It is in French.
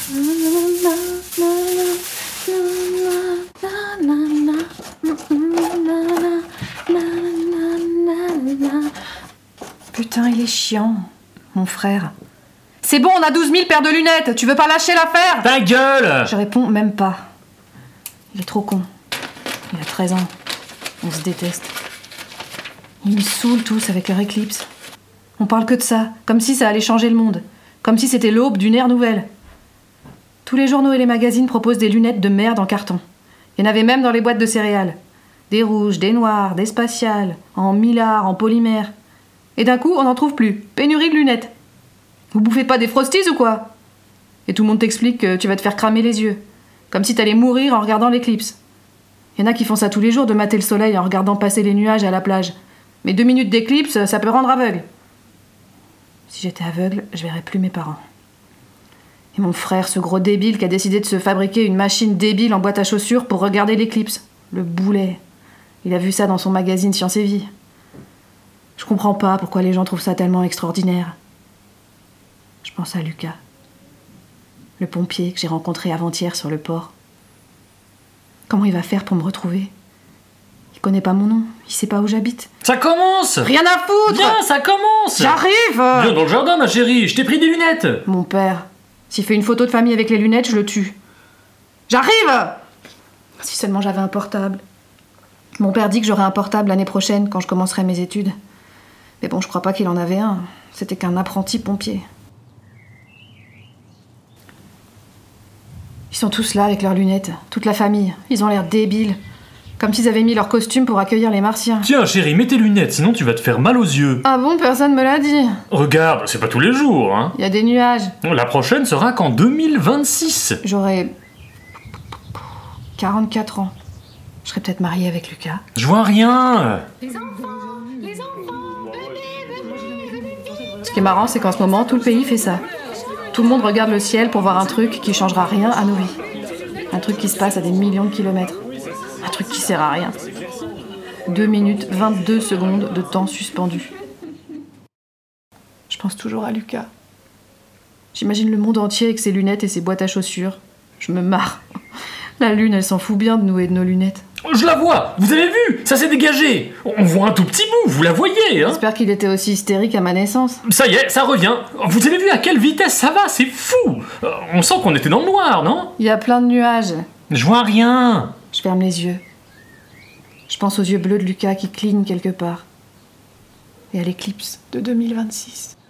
Putain, il est chiant, mon frère. C'est bon, on a 12 000 paires de lunettes, tu veux pas lâcher l'affaire? Ta gueule! Je réponds même pas. Il est trop con. Il a 13 ans. On se déteste. Ils me saoulent tous avec leur éclipse. On parle que de ça, comme si ça allait changer le monde. Comme si c'était l'aube d'une ère nouvelle. Tous les journaux et les magazines proposent des lunettes de merde en carton. Il y en avait même dans les boîtes de céréales. Des rouges, des noirs, des spatiales, en mylar, en polymère. Et d'un coup, on n'en trouve plus. Pénurie de lunettes. Vous bouffez pas des Frosties ou quoi? Et tout le monde t'explique que tu vas te faire cramer les yeux. Comme si t'allais mourir en regardant l'éclipse. Il y en a qui font ça tous les jours, de mater le soleil en regardant passer les nuages à la plage. Mais 2 minutes d'éclipse, ça peut rendre aveugle. Si j'étais aveugle, je verrais plus mes parents. Et mon frère, ce gros débile qui a décidé de se fabriquer une machine débile en boîte à chaussures pour regarder l'éclipse. Le boulet. Il a vu ça dans son magazine Science et Vie. Je comprends pas pourquoi les gens trouvent ça tellement extraordinaire. Je pense à Lucas. Le pompier que j'ai rencontré avant-hier sur le port. Comment il va faire pour me retrouver? Il connaît pas mon nom, il sait pas où j'habite. Ça commence! Rien à foutre! Viens, ça commence! J'arrive! Viens dans le jardin, ma chérie, je t'ai pris des lunettes! Mon père, s'il fait une photo de famille avec les lunettes, je le tue. J'arrive! Si seulement j'avais un portable. Mon père dit que j'aurai un portable l'année prochaine, quand je commencerai mes études. Mais bon, je crois pas qu'il en avait un. C'était qu'un apprenti pompier. Ils sont tous là avec leurs lunettes, toute la famille. Ils ont l'air débiles. Comme s'ils avaient mis leur costume pour accueillir les martiens. Tiens, chérie, mets tes lunettes, sinon tu vas te faire mal aux yeux. Ah bon, personne me l'a dit. Regarde, c'est pas tous les jours, hein. Il y a des nuages. La prochaine sera qu'en 2026. J'aurai 44 ans. Je serai peut-être mariée avec Lucas. Je vois rien. Ce qui est marrant, c'est qu'en ce moment, tout le pays fait ça. Tout le monde regarde le ciel pour voir un truc qui changera rien à nos vies. Un truc qui se passe à des millions de kilomètres. Un truc qui sert à rien. 2 minutes 22 secondes de temps suspendu. Je pense toujours à Lucas. J'imagine le monde entier avec ses lunettes et ses boîtes à chaussures. Je me marre. La lune, elle s'en fout bien de nous et de nos lunettes. Je la vois. Vous avez vu? Ça s'est dégagé. On voit un tout petit bout, vous la voyez, hein? J'espère qu'il était aussi hystérique à ma naissance. Ça y est, ça revient. Vous avez vu à quelle vitesse ça va? C'est fou. On sent qu'on était dans le noir, non? Il y a plein de nuages. Je vois rien. Je ferme les yeux. Je pense aux yeux bleus de Lucas qui clignent quelque part. Et à l'éclipse de 2026.